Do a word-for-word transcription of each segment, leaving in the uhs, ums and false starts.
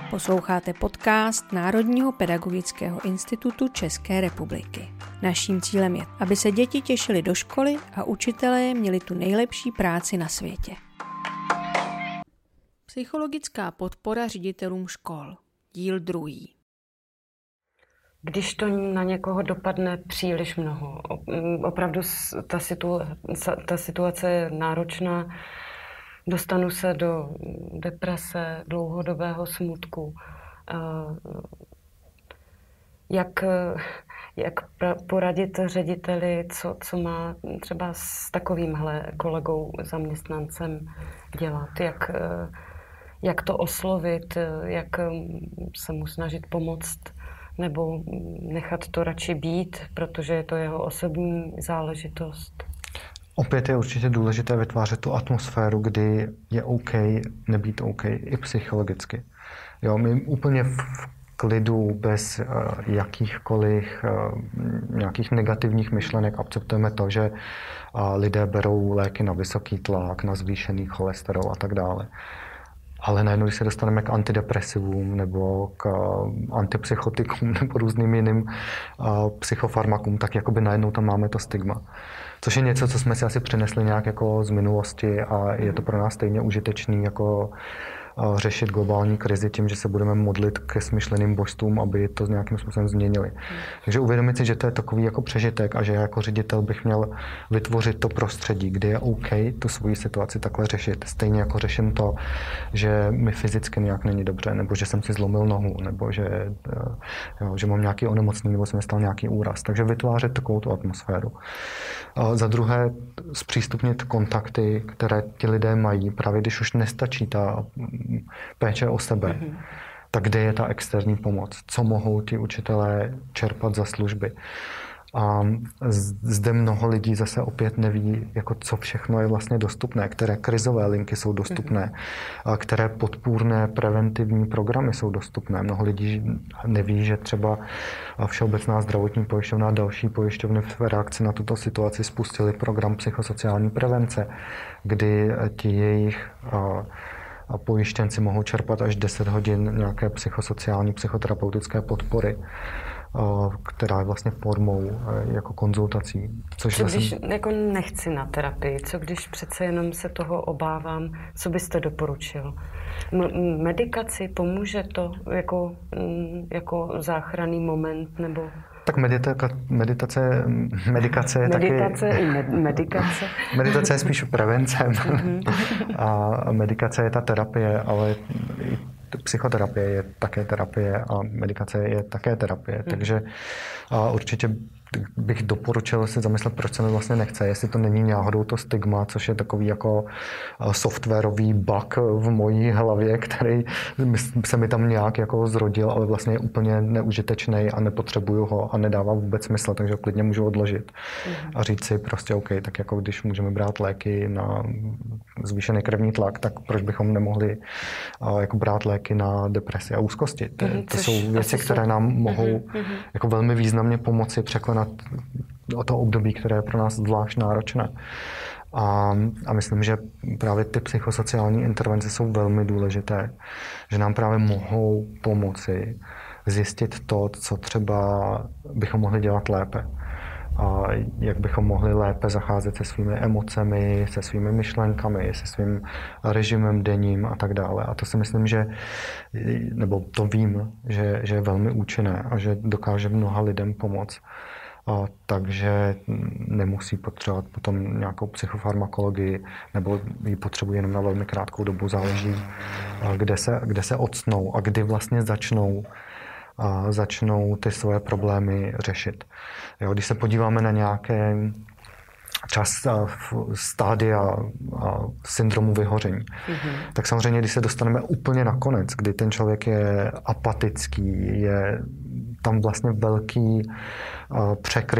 Posloucháte podcast Národního pedagogického institutu České republiky. Naším cílem je, aby se děti těšily do školy a učitelé měli tu nejlepší práci na světě. Psychologická podpora ředitelům škol. Díl druhý. Když to na někoho dopadne příliš mnoho, opravdu ta, situa- ta situace je náročná, dostanu se do deprese, dlouhodobého smutku. Jak, jak poradit řediteli, co, co má třeba s takovýmhle kolegou, zaměstnancem dělat? Jak, jak to oslovit, jak se mu snažit pomoct, nebo nechat to radši být, protože je to jeho osobní záležitost? Opět je určitě důležité vytvářet tu atmosféru, kdy je OK nebýt OK, i psychologicky. Jo, my úplně v klidu, bez uh, jakýchkoliv uh, nějakých negativních myšlenek akceptujeme to, že uh, lidé berou léky na vysoký tlak, na zvýšený cholesterol a tak dále. Ale najednou, když se dostaneme k antidepresivům nebo k antipsychotikům nebo různým jiným uh, psychofarmakům, tak jakoby najednou tam máme to stigma. Což je něco, co jsme si asi přinesli nějak jako z minulosti a je to pro nás stejně užitečný jako řešit globální krizi tím, že se budeme modlit ke smyšleným božstvům, aby to nějakým způsobem změnili. Takže uvědomit si, že to je takový jako přežitek a že jako ředitel bych měl vytvořit to prostředí, kde je OK tu svoji situaci takhle řešit. Stejně jako řeším to, že mi fyzicky nějak není dobře, nebo že jsem si zlomil nohu, nebo že, jo, že mám nějaký onemocnění, nebo jsem stal nějaký úraz. Takže vytvářet takovou tu atmosféru. A za druhé, zpřístupnit kontakty, které ti lidé mají, právě když už nestačí ta péče o sebe, mm-hmm. tak kde je ta externí pomoc? Co mohou ti učitelé čerpat za služby? A zde mnoho lidí zase opět neví, jako co všechno je vlastně dostupné, které krizové linky jsou dostupné, mm-hmm. které podpůrné preventivní programy jsou dostupné. Mnoho lidí neví, že třeba Všeobecná zdravotní pojišťovna a další pojišťovny v reakci na tuto situaci spustili program psychosociální prevence, kdy ti jejich a pojištěnci mohou čerpat až deset hodin nějaké psychosociální, psychoterapeutické podpory, která je vlastně formou jako konzultací. Což co vlastně... když jako nechci na terapii? Co když přece jenom se toho obávám? Co byste doporučil? M- medikaci pomůže to jako, jako záchranný moment? Nebo... Tak meditace, meditace, medikace je meditace taky... i med- medikace. Meditace je spíš prevencem. A medikace je ta terapie, ale psychoterapie je také terapie a medikace je také terapie. Takže určitě bych doporučil si zamyslet, proč se mi vlastně nechce. Jestli to není náhodou to stigma, což je takový jako softwarový bug v mojí hlavě, který se mi tam nějak jako zrodil, ale vlastně je úplně neužitečný a nepotřebuju ho a nedává vůbec smysl, takže ho klidně můžu odložit. Mm. A říct si prostě OK, tak jako když můžeme brát léky na zvýšený krevní tlak, tak proč bychom nemohli jako brát léky na depresi a úzkosti. To, mm, to jsou věci, které nám mohou mm-hmm. jako velmi významně pomoci překonat o to období, které je pro nás zvlášť náročné. A, a myslím, že právě ty psychosociální intervence jsou velmi důležité, že nám právě mohou pomoci zjistit to, co třeba bychom mohli dělat lépe. A jak bychom mohli lépe zacházet se svými emocemi, se svými myšlenkami, se svým režimem denním a tak dále. A to si myslím, že, nebo to vím, že, že je velmi účinné a že dokáže mnoha lidem pomoct. A takže nemusí potřebovat potom nějakou psychofarmakologii, nebo ji potřebují jenom na velmi krátkou dobu, záleží, kde se, kde se octnou a kdy vlastně začnou, a začnou ty svoje problémy řešit. Jo, když se podíváme na nějaké čas stádia syndromu vyhoření. Mm-hmm. Tak samozřejmě, když se dostaneme úplně na konec, kdy ten člověk je apatický, je tam vlastně velký uh, překryv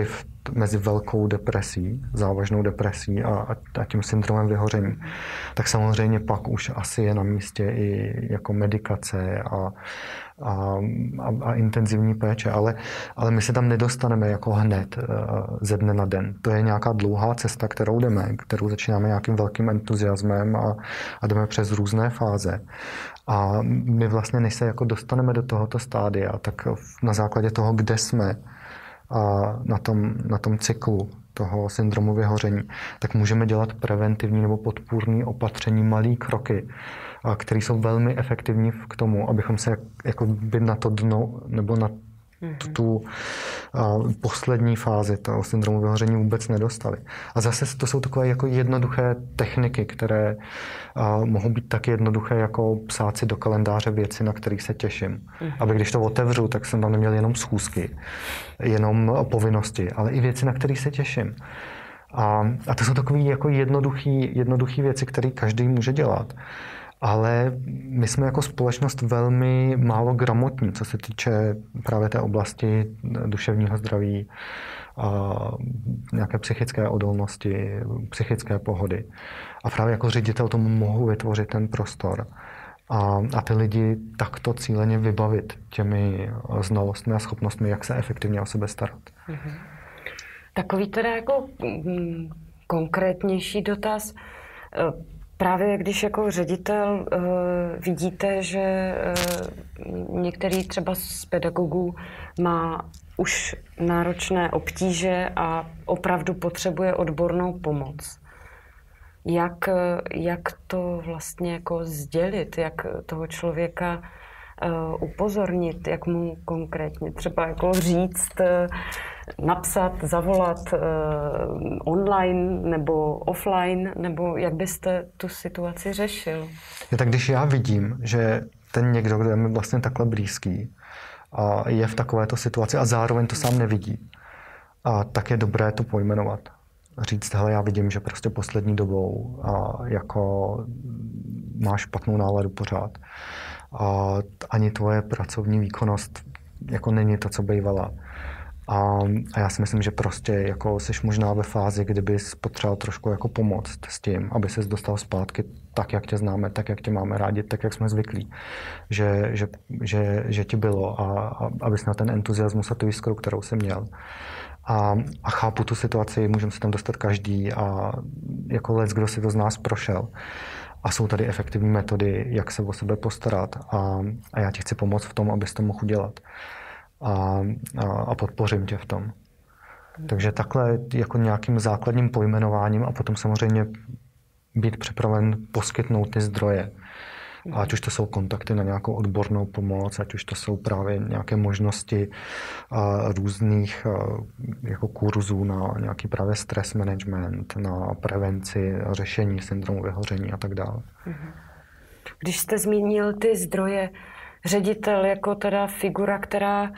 mezi velkou depresí, závažnou depresí a, a tím syndromem vyhoření, tak samozřejmě pak už asi je na místě i jako medikace a, a, a, a intenzivní péče, ale, ale my se tam nedostaneme jako hned ze dne na den. To je nějaká dlouhá cesta, kterou jdeme, kterou začínáme nějakým velkým entuziasmem a, a jdeme přes různé fáze. A my vlastně, než se jako dostaneme do tohoto stádia, tak na základě toho, kde jsme a na tom, na tom cyklu toho syndromu vyhoření, tak můžeme dělat preventivní nebo podpůrné opatření, malé kroky, které jsou velmi efektivní k tomu, abychom se jako by na to dno nebo na tu, tu a, poslední fázi toho syndromu vyhoření vůbec nedostali. A zase to jsou takové jako jednoduché techniky, které a, mohou být tak jednoduché, jako psát si do kalendáře věci, na kterých se těším. Mm-hmm. Aby když to otevřu, tak jsem tam neměl jenom schůzky, jenom povinnosti, ale i věci, na kterých se těším. A, a to jsou takové jako jednoduchý, jednoduchý věci, které každý může dělat. Ale my jsme jako společnost velmi málo gramotní, co se týče právě té oblasti duševního zdraví, a nějaké psychické odolnosti, psychické pohody. A právě jako ředitel tomu mohu vytvořit ten prostor a, a ty lidi takto cíleně vybavit těmi znalostmi a schopnostmi, jak se efektivně o sebe starat. Mhm. Takový teda jako mm, konkrétnější dotaz. Právě když jako ředitel uh, vidíte, že uh, některý třeba z pedagogů má už náročné obtíže a opravdu potřebuje odbornou pomoc. Jak, jak to vlastně jako sdělit, jak toho člověka uh, upozornit, jak mu konkrétně třeba jako říct, uh, napsat, zavolat uh, online nebo offline, nebo jak byste tu situaci řešil? Je tak, když já vidím, že ten někdo, kdo je mi vlastně takhle blízký, a je v takovéto situaci a zároveň to sám nevidí, a tak je dobré to pojmenovat. Říct, hele, já vidím, že prostě poslední dobou a jako máš špatnou náladu pořád. A ani tvoje pracovní výkonnost jako není to, co bývala. A, a já si myslím, že prostě jako jsi možná ve fázi, kdyby potřeboval trošku jako pomoct s tím, aby ses dostal zpátky tak, jak tě známe, tak, jak tě máme rádi, tak, jak jsme zvyklí. Že, že, že, že ti bylo a, a abys na ten entuziasmus a tu jiskru, kterou jsi měl. A, a chápu tu situaci, můžeme se tam dostat každý a jako lec, kdo si to z nás prošel. A jsou tady efektivní metody, jak se o sebe postarat a, a já ti chci pomoct v tom, abys to mohl udělat. A, a, a podpořím tě v tom. Takže takhle jako nějakým základním pojmenováním a potom samozřejmě být připraven poskytnout ty zdroje. Ať už to jsou kontakty na nějakou odbornou pomoc, ať už to jsou právě nějaké možnosti a, různých a, jako kurzů na nějaký právě stress management, na prevenci, řešení syndromu vyhoření a tak dále. Když jste zmínil ty zdroje, ředitel jako teda figura, která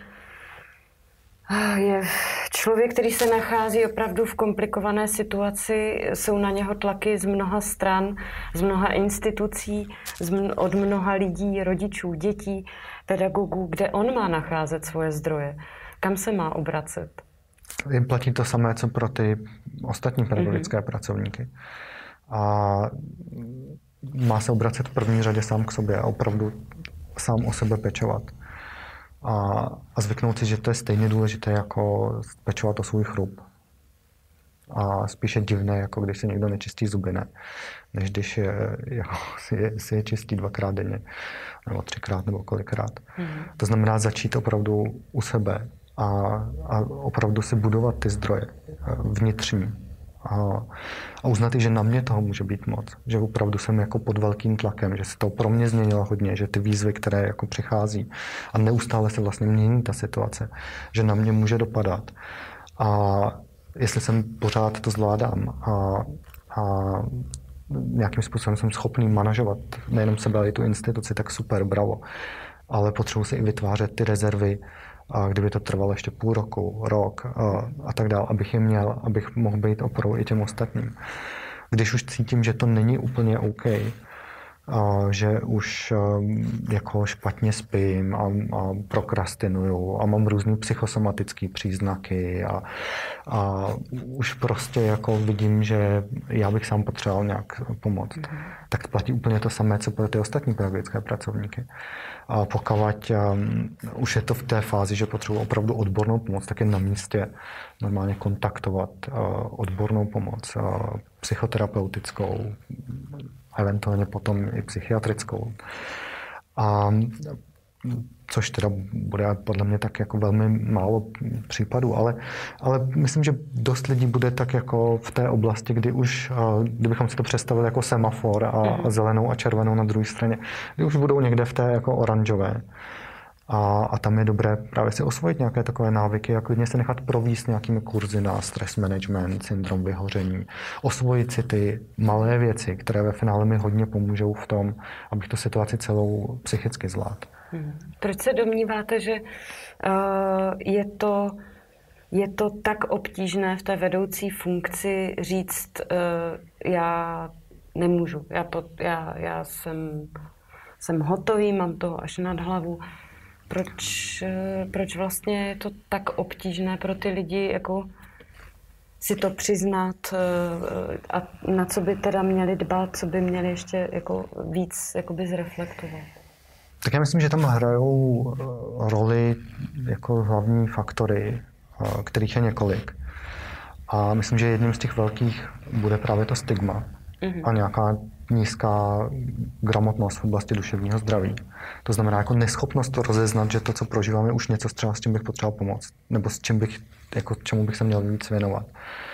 je člověk, který se nachází opravdu v komplikované situaci, jsou na něho tlaky z mnoha stran, z mnoha institucí, z mno, od mnoha lidí, rodičů, dětí, pedagogů, kde on má nacházet svoje zdroje, kam se má obracet. Jim platí to samé, co pro ty ostatní pedagogické mm-hmm. pracovníky. A má se obracet v první řadě sám k sobě a opravdu sám o sebe pečovat. A, a zvyknout si, že to je stejně důležité, jako pečovat o svůj chrup. A spíše divné, jako když se někdo nečistí zuby, ne? Než když je, jako, si, je, si je čistí dvakrát denně, nebo třikrát, nebo kolikrát. Mm. To znamená začít opravdu u sebe a, a opravdu si budovat ty zdroje vnitřní. A, a uznat i, že na mě toho může být moc. Že opravdu jsem jako pod velkým tlakem, že se to pro mě změnilo hodně, že ty výzvy, které jako přichází a neustále se vlastně mění ta situace, že na mě může dopadat. A jestli jsem pořád to zvládám a, a nějakým způsobem jsem schopný manažovat nejenom sebe, ale i tu instituci, tak super, bravo. Ale potřebuji si i vytvářet ty rezervy, a kdyby to trvalo ještě půl roku, rok a, a tak dále, abych je měl, abych mohl být oporou i těm ostatním. Když už cítím, že to není úplně OK, a, že už jako špatně spím a, a prokrastinuju a mám různý psychosomatické příznaky a, a už prostě jako vidím, že já bych sám potřeboval nějak pomoct. Mm. Tak platí úplně to samé, co pro ty ostatní pedagogické pracovníky. A pokud um, už je to v té fázi, že potřebuji opravdu odbornou pomoc, tak je na místě normálně kontaktovat uh, odbornou pomoc, uh, psychoterapeutickou, eventuálně potom i psychiatrickou. A což teda bude podle mě tak jako velmi málo případů, ale, ale myslím, že dost lidí bude tak jako v té oblasti, kdy už, kdybychom si to představili jako semafor a, a zelenou a červenou na druhé straně, kdy už budou někde v té jako oranžové. A, a tam je dobré právě si osvojit nějaké takové návyky a klidně se nechat provést nějakými kurzy na stress management, syndrom vyhoření. Osvojit si ty malé věci, které ve finále mi hodně pomůžou v tom, abych tu situaci celou psychicky zvládl. Hmm. Proč se domníváte, že uh, je to, je to tak obtížné v té vedoucí funkci říct, uh, já nemůžu, já, pot, já, já jsem, jsem hotový, mám toho až nad hlavu. Proč, proč vlastně je to tak obtížné pro ty lidi jako si to přiznat a na co by teda měli dbát, co by měli ještě jako víc jakoby zreflektovat? Tak já myslím, že tam hrajou roli jako hlavní faktory, kterých je několik. A myslím, že jedním z těch velkých bude právě to stigma mm-hmm. a nějaká nízká gramotnost v oblasti duševního zdraví. To znamená jako neschopnost to rozeznat, že to, co prožívám, je už něco třeba, s čím bych potřeboval pomoct. Nebo s čím bych, jako čemu bych se měl víc věnovat.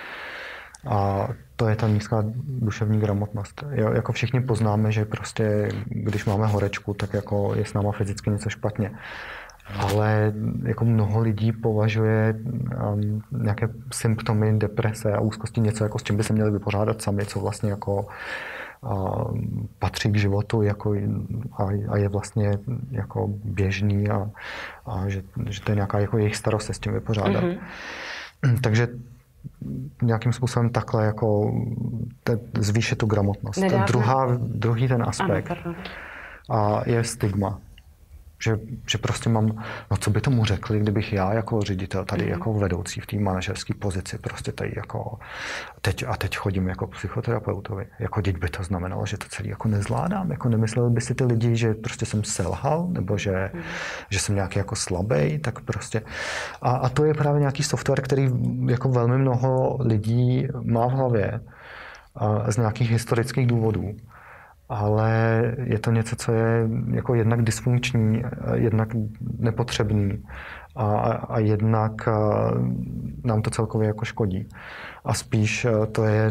A to je ta nízká duševní gramotnost. Jo, jako všichni poznáme, že prostě, když máme horečku, tak jako je s náma fyzicky něco špatně. Ale jako mnoho lidí považuje um, nějaké symptomy deprese a úzkosti něco, jako s čím by se měli vypořádat sami, co vlastně jako a patří k životu jako, a, a je vlastně jako běžný a, a že, že to je nějaká jako jejich starost se s tím vypořádat. Mm-hmm. Takže nějakým způsobem takhle jako te, zvýšit tu gramotnost. Druhá, druhý ten aspekt ano, a je stigma. Že, že prostě mám, no co by tomu řekli, kdybych já jako ředitel tady mm. jako vedoucí v té manažerské pozici prostě tady jako teď a teď chodím jako psychoterapeutovi. Jako teď by to znamenalo, že to celý jako nezvládám. Jako nemysleli by si ty lidi, že prostě jsem selhal nebo že, mm. že jsem nějaký jako slabý, tak prostě. A, a to je právě nějaký software, který jako velmi mnoho lidí má v hlavě a z nějakých historických důvodů. Ale je to něco, co je jako jednak dysfunkční, jednak nepotřebný a, a jednak nám to celkově jako škodí. A spíš to je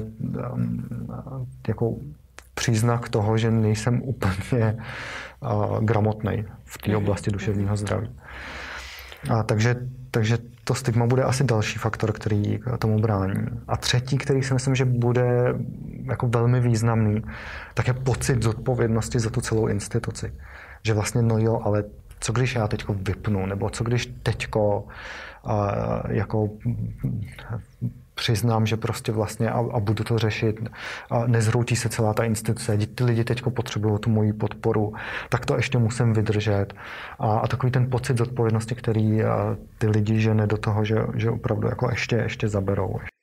jako příznak toho, že nejsem úplně gramotnej v té oblasti duševního zdraví. A takže, takže to stigma bude asi další faktor, který tomu brání. A třetí, který si myslím, že bude jako velmi významný, tak je pocit zodpovědnosti za tu celou instituci. Že vlastně, no jo, ale co když já teďko vypnu, nebo co když teďko uh, jako přiznám, že prostě vlastně a, a budu to řešit a nezhroutí se celá ta instituce, ty lidi teďko potřebují tu moji podporu, tak to ještě musím vydržet. A, a takový ten pocit zodpovědnosti, který a, ty lidi žene do toho, že, že opravdu jako ještě, ještě zaberou.